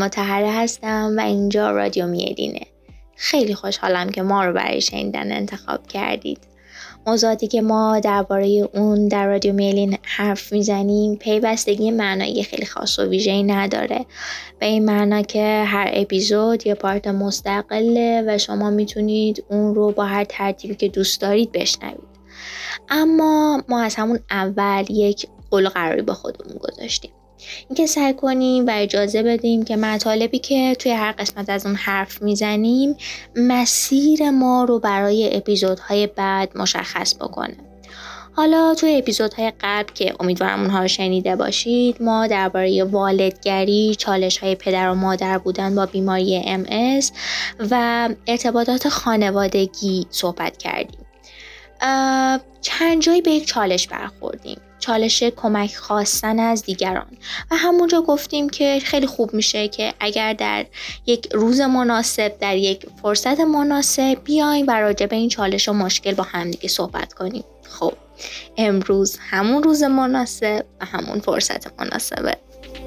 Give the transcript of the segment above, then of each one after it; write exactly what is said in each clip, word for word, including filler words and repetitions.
مطهره هستم و اینجا رادیو میلینه. خیلی خوشحالم که ما رو برای شنیدن انتخاب کردید. موضوعاتی که ما درباره اون در رادیو میلین حرف میزنیم پیوستگی معنایی خیلی خاص و ویژه‌ای نداره، به این معنا که هر اپیزود یه پارت مستقله و شما میتونید اون رو با هر ترتیبی که دوست دارید بشنوید. اما ما از همون اول یک قول و قراری با خودمون گذاشتیم، اینکه سعی کنیم و اجازه بدیم که مطالبی که توی هر قسمت از اون حرف میزنیم مسیر ما رو برای اپیزودهای بعد مشخص بکنه. حالا توی اپیزودهای قبل که امیدوارم اونها رو شنیده باشید، ما درباره والدگری، چالش‌های پدر و مادر بودن با بیماری ام اس و ارتباطات خانوادگی صحبت کردیم. چند جایی به یک چالش برخوردیم، چالش کمک خواستن از دیگران، و همونجا گفتیم که خیلی خوب میشه که اگر در یک روز مناسب، در یک فرصت مناسب بیایم و راجع به این چالش و مشکل با همدیگه صحبت کنیم. خب امروز همون روز مناسب و همون فرصت مناسبه.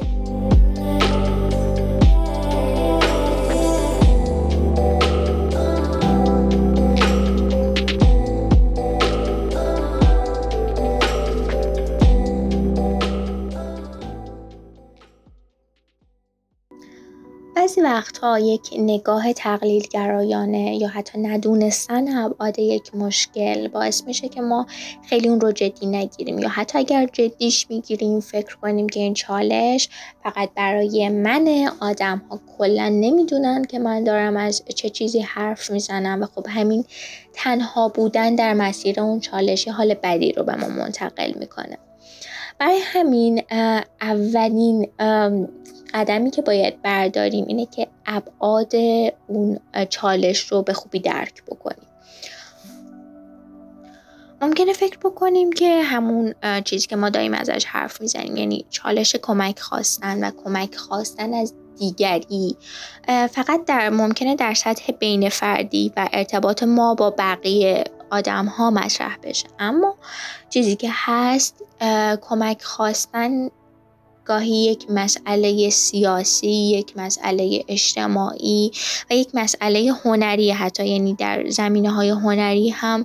بعضی وقتها یک نگاه تقلیل گرایانه یا حتی ندونستن ابعاد یک مشکل باعث میشه که ما خیلی اون رو جدی نگیریم، یا حتی اگر جدیش میگیریم فکر کنیم که این چالش فقط برای من، آدم ها کلا نمیدونن که من دارم از چه چیزی حرف میزنم و خب همین تنها بودن در مسیر اون چالش حال بدی رو به ما منتقل میکنه. برای همین اولین قدمی که باید برداریم اینه که ابعاد اون چالش رو به خوبی درک بکنیم. ممکنه فکر بکنیم که همون چیزی که ما داریم ازش حرف میزنیم، یعنی چالش کمک خواستن و کمک خواستن از دیگری، فقط در ممکنه در سطح بین فردی و ارتباط ما با بقیه آدم ها مطرح بشه. اما چیزی که هست کمک خواستن گاهی یک مسئله سیاسی، یک مسئله اجتماعی و یک مسئله هنری حتی، یعنی در زمینه‌های هنری هم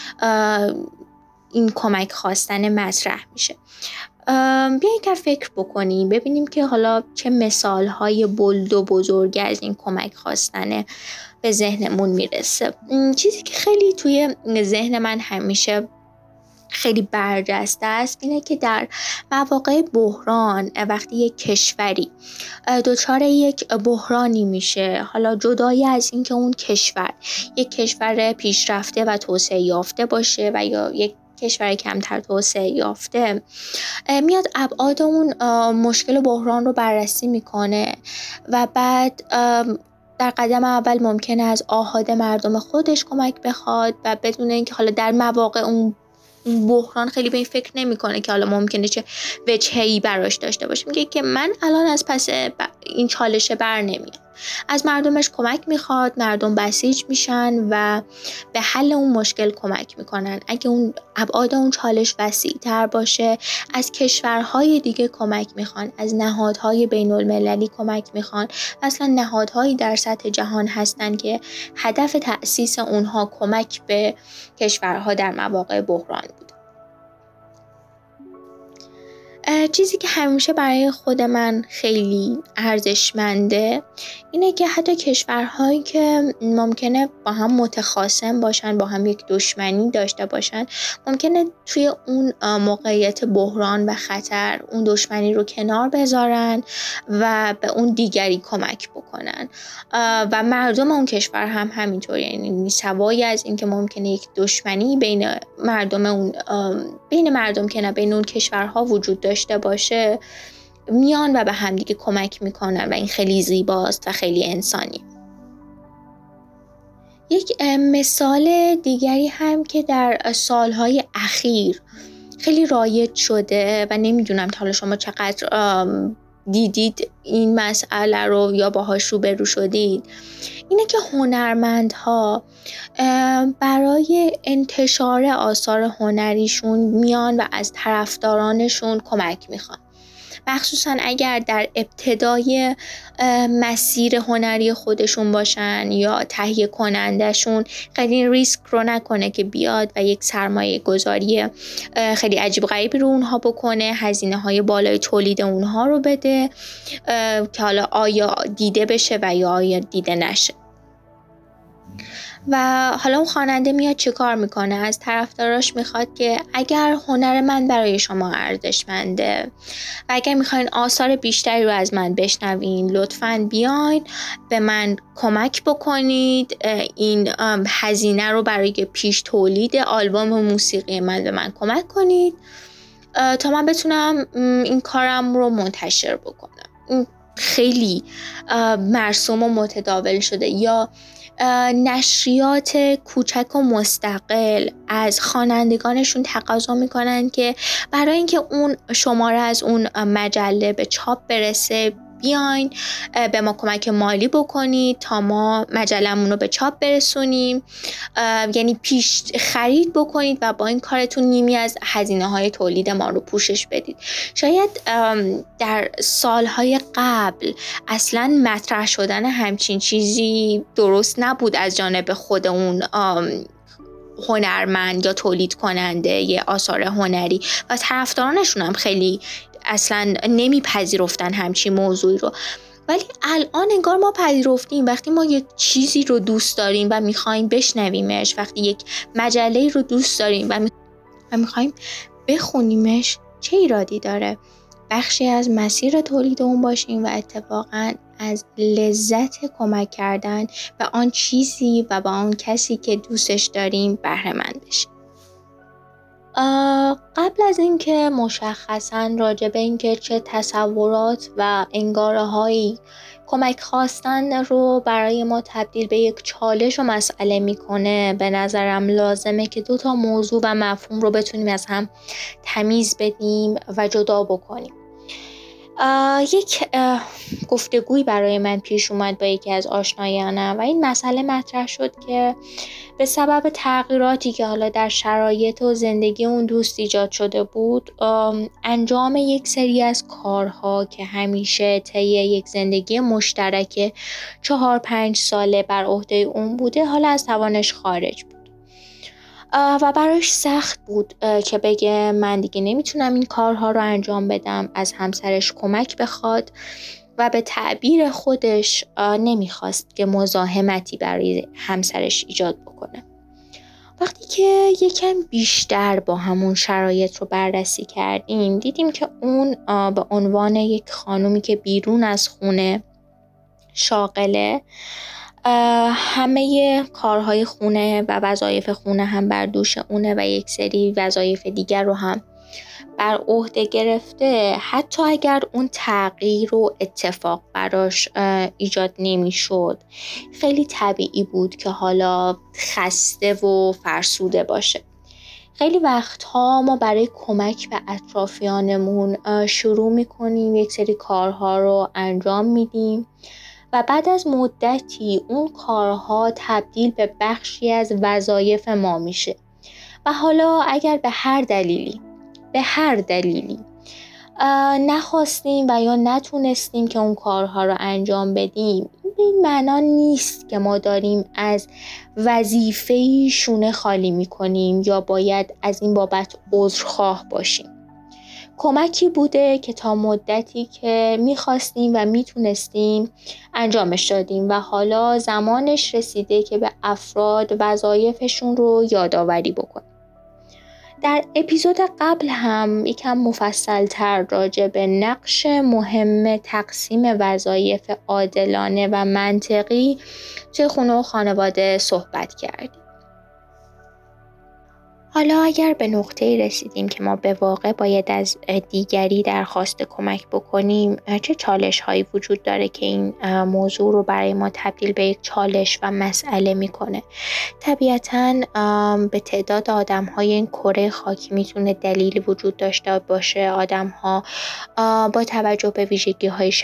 این کمک خواستن مطرح میشه. بیایید که فکر بکنیم ببینیم که حالا چه مثال‌های بلد و بزرگ از این کمک خواستن به ذهنمون میرسه. چیزی که خیلی توی ذهن من همیشه خیلی برجسته است اینه که در مواقع بحران، وقتی یک کشوری دچار یک بحرانی میشه، حالا جدای از اینکه اون کشور یک کشور پیشرفته و توسعه یافته باشه و یا یک کشور کمتر توسعه یافته، میاد ابعاد اون مشکل و بحران رو بررسی میکنه و بعد در قدم اول ممکنه از آحاد مردم خودش کمک بخواد و بدون اینکه حالا در مواقع اون بحران خیلی به این فکر نمیکنه که حالا ممکنه چه وجهی براش داشته باشه. میگه که من الان از پس این چالش بر نمیام، از مردمش کمک میخواد، مردم بسیج میشن و به حل اون مشکل کمک میکنن. اگه اون ابعاد اون چالش وسیع تر باشه، از کشورهای دیگه کمک میخوان، از نهادهای بین المللی کمک میخوان. اصلا نهادهایی در سطح جهان هستن که هدف تأسیس اونها کمک به کشورها در مواقع بحران بود. چیزی که همیشه برای خود من خیلی ارزشمنده اینه که حتی کشورهایی که ممکنه با هم متخاصم باشن، با هم یک دشمنی داشته باشن، ممکنه توی اون موقعیت بحران و خطر اون دشمنی رو کنار بذارن و به اون دیگری کمک بکنن و مردم اون کشور هم همینطور. یعنی سوای از اینکه ممکنه یک دشمنی بین مردم اون بین مردم که نه بین اون کشورها وجود داشته باشه، میان و به همدیگه کمک میکنن و این خیلی زیباست و خیلی انسانی. یک مثال دیگری هم که در سالهای اخیر خیلی رایج شده و نمیدونم تا حالا شما چقدر دیدید این مسئله رو یا باهاش روبرو شدید، اینه که هنرمندها برای انتشار آثار هنریشون میان و از طرفدارانشون کمک میخوان مخصوصا اگر در ابتدای مسیر هنری خودشون باشن یا تهیه کنندشون خیلی ریسک رو نکنه که بیاد و یک سرمایه گذاری خیلی عجیب غریبی رو اونها بکنه، هزینه های بالای تولید اونها رو بده که حالا آیا دیده بشه و یا آیا دیده نشه. و حالا اون خواننده میاد چه کار میکنه؟ از طرفداراش میخواد که اگر هنر من برای شما ارزشمنده و اگر میخواین آثار بیشتری رو از من بشنوین، لطفاً بیاین به من کمک بکنید، این هزینه رو برای پیش تولید آلبوم موسیقی من به من کمک کنید تا من بتونم این کارم رو منتشر بکنم. خیلی مرسوم و متداول شده. یا نشریات کوچک و مستقل از خوانندگانشون تقاضا میکنن که برای اینکه اون شماره از اون مجله به چاپ برسه بیاین به ما کمک مالی بکنید تا ما مجلمون رو به چاپ برسونیم، یعنی پیش خرید بکنید و با این کارتون نیمی از هزینه های تولید ما رو پوشش بدید. شاید در سالهای قبل اصلا مطرح شدن همچین چیزی درست نبود از جانب خود اون هنرمند یا تولید کننده یه آثار هنری و طرفدارانشون هم خیلی اصلا نمیپذیرفتن همچین موضوعی رو. ولی الان انگار ما پذیرفتیم. وقتی ما یک چیزی رو دوست داریم و میخوایم بشنویمش، وقتی یک مجله رو دوست داریم و میخوایم بخونیمش، چه ایرادی داره بخشی از مسیر تولید اون باشیم و اتفاقا از لذت کمک کردن به آن چیزی و به آن کسی که دوستش داریم بهره مند بشیم. قبل از اینکه مشخصاً راجع به اینکه چه تصورات و انگاره هایی کمک خواستن رو برای ما تبدیل به یک چالش و مسئله میکنه، به نظرم لازمه که دو تا موضوع و مفهوم رو بتونیم از هم تمیز بدیم و جدا بکنیم. یک گفتگوی برای من پیش اومد با یکی از آشنایانم و این مسئله مطرح شد که به سبب تغییراتی که حالا در شرایط و زندگی اون دوست ایجاد شده بود، انجام یک سری از کارها که همیشه طی یک زندگی مشترک چهار پنج ساله بر عهده اون بوده حالا از توانش خارج بود و براش سخت بود که بگه من دیگه نمیتونم این کارها رو انجام بدم، از همسرش کمک بخواد و به تعبیر خودش نمیخواست که مزاحمتی برای همسرش ایجاد بکنه. وقتی که یکم بیشتر با همون شرایط رو بررسی کردیم، دیدیم که اون به عنوان یک خانومی که بیرون از خونه شاغله، همه کارهای خونه و وظایف خونه هم بر دوش اونه و یک سری وظایف دیگر رو هم بر عهده گرفته. حتی اگر اون تغییر و اتفاق براش ایجاد نمی شد، خیلی طبیعی بود که حالا خسته و فرسوده باشه. خیلی وقتها ما برای کمک به اطرافیانمون شروع می کنیم یک سری کارها رو انجام میدیم و بعد از مدتی اون کارها تبدیل به بخشی از وظایف ما میشه و حالا اگر به هر دلیلی به هر دلیلی نخواستیم و یا نتونستیم که اون کارها رو انجام بدیم، این معنا نیست که ما داریم از وظیفه‌ای شونه خالی میکنیم یا باید از این بابت عذرخواه باشیم. کمکی بوده که تا مدتی که میخواستیم و میتونستیم انجامش دادیم و حالا زمانش رسیده که به افراد وظایفشون رو یادآوری بکنیم. در اپیزود قبل هم یکم مفصل تر راجع به نقش مهم تقسیم وظایف عادلانه و منطقی توی خونه و خانواده صحبت کردیم. حالا اگر به نقطه‌ای رسیدیم که ما به واقع باید از دیگری درخواست کمک بکنیم، چه چالش هایی وجود داره که این موضوع رو برای ما تبدیل به یک چالش و مسئله میکنه؟ طبیعتاً به تعداد آدم های این کره خاکی میتونه دلیلی وجود داشته باشه. آدم ها با توجه به ویژگی های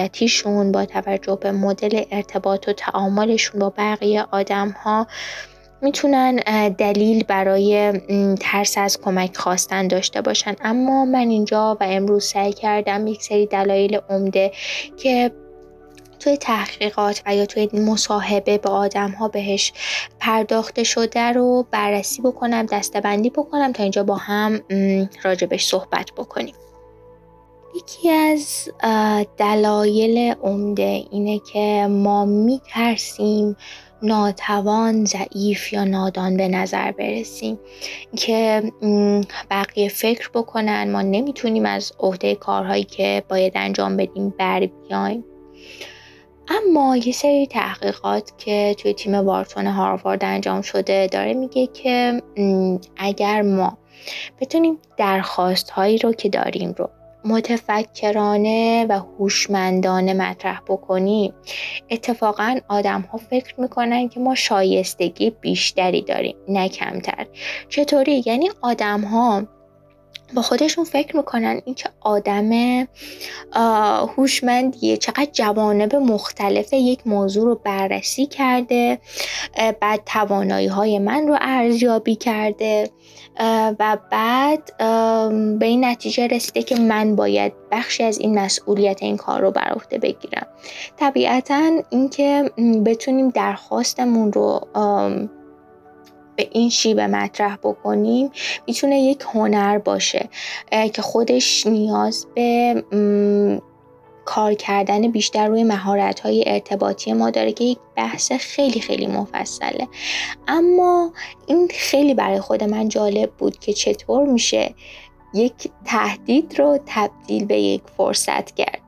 شخصیتیشون، با توجه به مدل ارتباط و تعاملشون با بقیه آدم ها میتونن دلیل برای ترس از کمک خواستن داشته باشن، اما من اینجا و امروز سعی کردم یک سری دلایل عمده که توی تحقیقات و یا توی مصاحبه با آدم ها بهش پرداخته شده رو بررسی بکنم، دسته‌بندی بکنم تا اینجا با هم راجبش صحبت بکنیم. یکی از دلایل عمده اینه که ما میترسیم ناتوان، ضعیف یا نادان به نظر برسیم، که بقیه فکر بکنن ما نمیتونیم از عهده کارهایی که باید انجام بدیم بر بیایم. اما یه سری تحقیقات که توی تیم وارتون هاروارد انجام شده داره میگه که اگر ما بتونیم درخواست هایی رو که داریم رو متفکرانه و هوشمندانه مطرح بکنیم، اتفاقا آدم ها فکر میکنن که ما شایستگی بیشتری داریم نه کمتر. چطوری؟ یعنی آدم ها با خودشون فکر میکنن این که آدم هوشمندیه، چقدر جوانب مختلف یک موضوع رو بررسی کرده، بعد توانایی های من رو ارزیابی کرده و بعد به این نتیجه رسیده که من باید بخشی از این مسئولیت این کار رو بر عهده بگیرم. طبیعتاً این که بتونیم درخواستمون رو به این شیوه مطرح بکنیم میتونه یک هنر باشه که خودش نیاز به کار کردن بیشتر روی مهارت‌های ارتباطی ما داره که یک بحث خیلی خیلی مفصله. اما این خیلی برای خود من جالب بود که چطور میشه یک تهدید رو تبدیل به یک فرصت کرد.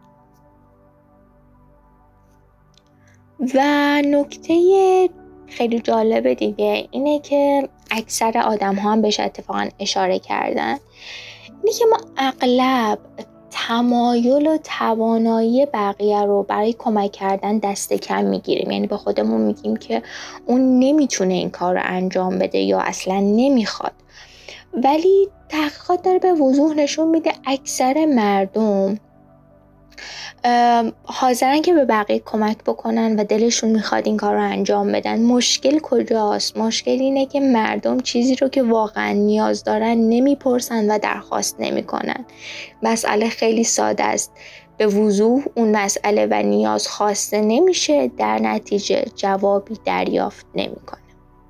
و نکته خیلی جالب دیگه اینه که اکثر آدم ها هم بهش اتفاقا اشاره کردن، اینه که ما اغلب تمایل و توانایی بقیه رو برای کمک کردن دست کم میگیریم. یعنی به خودمون میگیم که اون نمیتونه این کار رو انجام بده یا اصلا نمیخواد. ولی تحقیقات داره به وضوح نشون میده اکثر مردم حاضرن که به بقیه کمک بکنن و دلشون میخواد این کار رو انجام بدن. مشکل کجاست؟ مشکل اینه که مردم چیزی رو که واقعا نیاز دارن نمیپرسن و درخواست نمیکنن. مسئله خیلی ساده است، به وضوح اون مسئله و نیاز خواسته نمیشه، در نتیجه جوابی دریافت نمیکنه.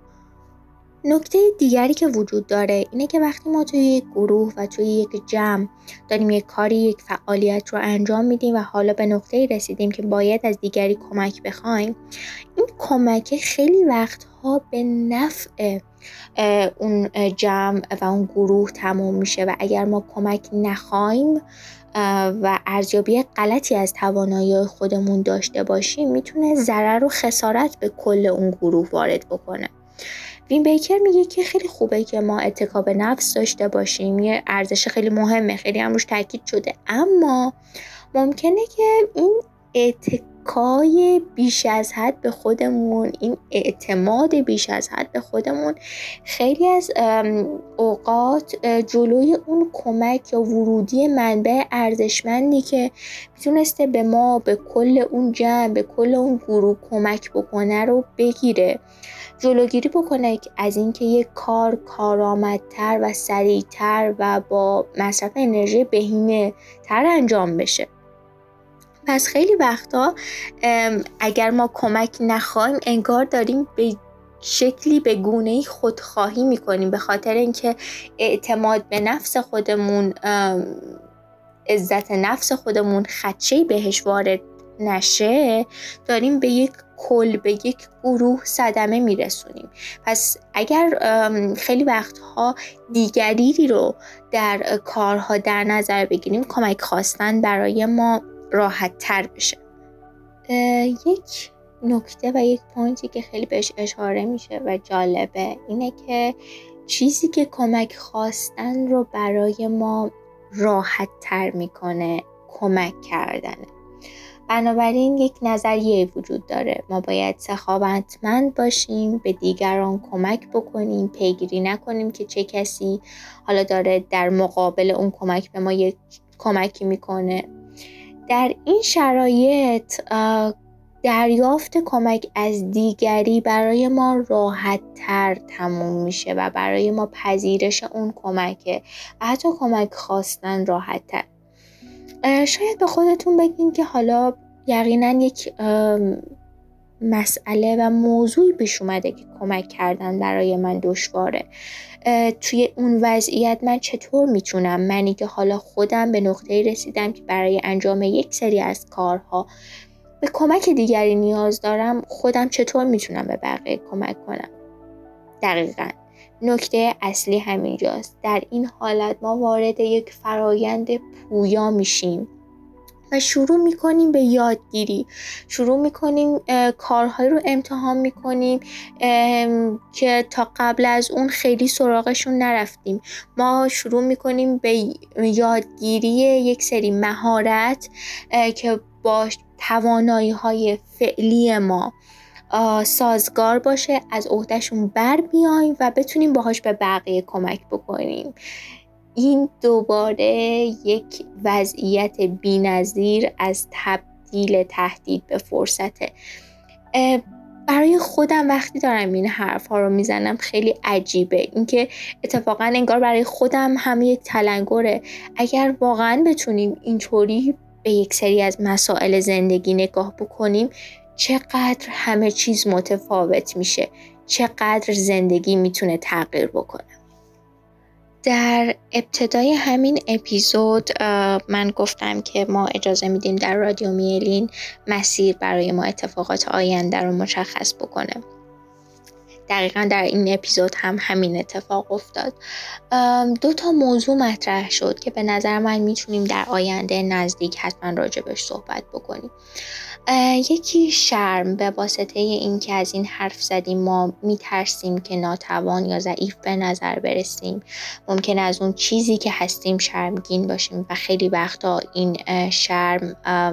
نکته دیگری که وجود داره اینه که وقتی ما توی یک گروه و توی یک جمع داریم یک کاری، یک فعالیت رو انجام میدیم و حالا به نقطه‌ای رسیدیم که باید از دیگری کمک بخوایم، این کمک خیلی وقتها به نفع اون جمع و اون گروه تموم میشه و اگر ما کمک نخوایم و ارزیابی غلطی از توانایی خودمون داشته باشیم میتونه ضرر و خسارت به کل اون گروه وارد بکنه. وین بیکر میگه که خیلی خوبه که ما اتکا به نفس داشته باشیم، یه ارزش خیلی مهمه، خیلی هم روش تاکید شده، اما ممکنه که این اتکای بیش از حد به خودمون، این اعتماد بیش از حد به خودمون خیلی از اوقات جلوی اون کمک یا ورودی منبع ارزشمندی که میتونسته به ما، به کل اون جمع، به کل اون گروه کمک بکنه رو بگیره، جلوگیری بکنه از اینکه یک کار کارآمدتر و سریعتر و با مصرف انرژی بهینه تر انجام بشه. پس خیلی وقتا اگر ما کمک نخوایم انگار داریم به شکلی به گونه‌ای خودخواهی میکنیم، به خاطر اینکه اعتماد به نفس خودمون، عزت نفس خودمون خدشه‌ای بهش وارد نشه، داریم به یک کل، به یک گروه صدمه میرسونیم. پس اگر خیلی وقتها دیگری رو در کارها در نظر بگیریم، کمک خواستن برای ما راحت تر بشه. یک نکته و یک پوینتی که خیلی بهش اشاره میشه و جالبه اینه که چیزی که کمک خواستن رو برای ما راحت تر میکنه کمک کردنه. بنابراین یک نظریه وجود داره، ما باید سخاوتمند باشیم، به دیگران کمک بکنیم، پیگیری نکنیم که چه کسی حالا داره در مقابل اون کمک به ما یک کمکی میکنه. در این شرایط دریافت کمک از دیگری برای ما راحت تر تموم میشه و برای ما پذیرش اون کمکه و حتی کمک خواستن راحت تر. شاید به خودتون بگین که حالا یقینا یک مسئله و موضوعی پیش اومده که کمک کردن برای من دشواره. توی اون وضعیت من چطور میتونم، منی که حالا خودم به نقطه‌ای رسیدم که برای انجام یک سری از کارها به کمک دیگری نیاز دارم، خودم چطور میتونم به بقیه کمک کنم؟ دقیقاً نکته اصلی همینجاست. در این حالت ما وارد یک فرایند پویا میشیم و شروع میکنیم به یادگیری، شروع میکنیم کارهایی رو امتحان میکنیم که تا قبل از اون خیلی سراغشون نرفتیم. ما شروع میکنیم به یادگیری یک سری مهارت که با توانایی های فعلی ما سازگار باشه، از عهدهشون بر بیایم و بتونیم باهاش به بقیه کمک بکنیم. این دوباره یک وضعیت بی‌نظیر از تبدیل تهدید به فرصته. برای خودم وقتی دارم این حرف ها رو میزنم خیلی عجیبه، اینکه اتفاقا انگار برای خودم هم یک تلنگره. اگر واقعا بتونیم اینطوری به یک سری از مسائل زندگی نگاه بکنیم، چقدر همه چیز متفاوت میشه، چقدر زندگی میتونه تغییر بکنه. در ابتدای همین اپیزود من گفتم که ما اجازه میدیم در رادیو میلین مسیر برای ما اتفاقات آینده رو مشخص بکنه. دقیقا در این اپیزود هم همین اتفاق افتاد. دو تا موضوع مطرح شد که به نظر من میتونیم در آینده نزدیک حتما راجبش صحبت بکنیم. یکی شرم، به واسطه این که از این حرف زدیم ما میترسیم که ناتوان یا ضعیف به نظر برسیم، ممکن از اون چیزی که هستیم شرمگین باشیم و خیلی وقتا این شرم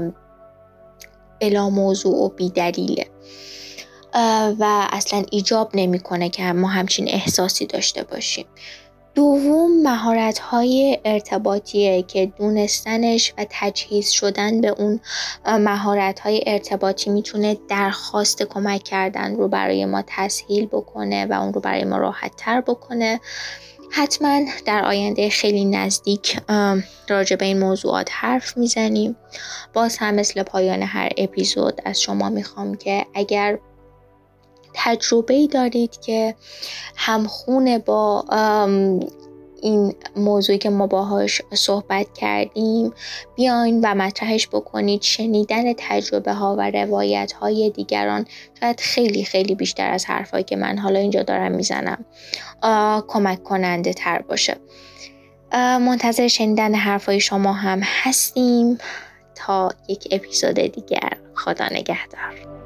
بلا موضوع و بی دلیله و اصلا ایجاب نمیکنه که ما همچین احساسی داشته باشیم. دوم مهارت‌های ارتباطیه که دونستنش و تجهیز شدن به اون مهارت‌های ارتباطی میتونه درخواست کمک کردن رو برای ما تسهیل بکنه و اون رو برای ما راحت‌تر بکنه. حتما در آینده خیلی نزدیک راجع به این موضوعات حرف میزنیم. باز هم مثل پایان هر اپیزود از شما میخوام که اگر تجربه‌ای دارید که همخونه با این موضوعی که ما باهاش صحبت کردیم، بیاین و مطرحش بکنید. شنیدن تجربه ها و روایت های دیگران شاید خیلی خیلی بیشتر از حرفایی که من حالا اینجا دارم میزنم کمک کننده تر باشه. منتظر شنیدن حرفای شما هم هستیم. تا یک اپیزود دیگر، خدا نگهدار.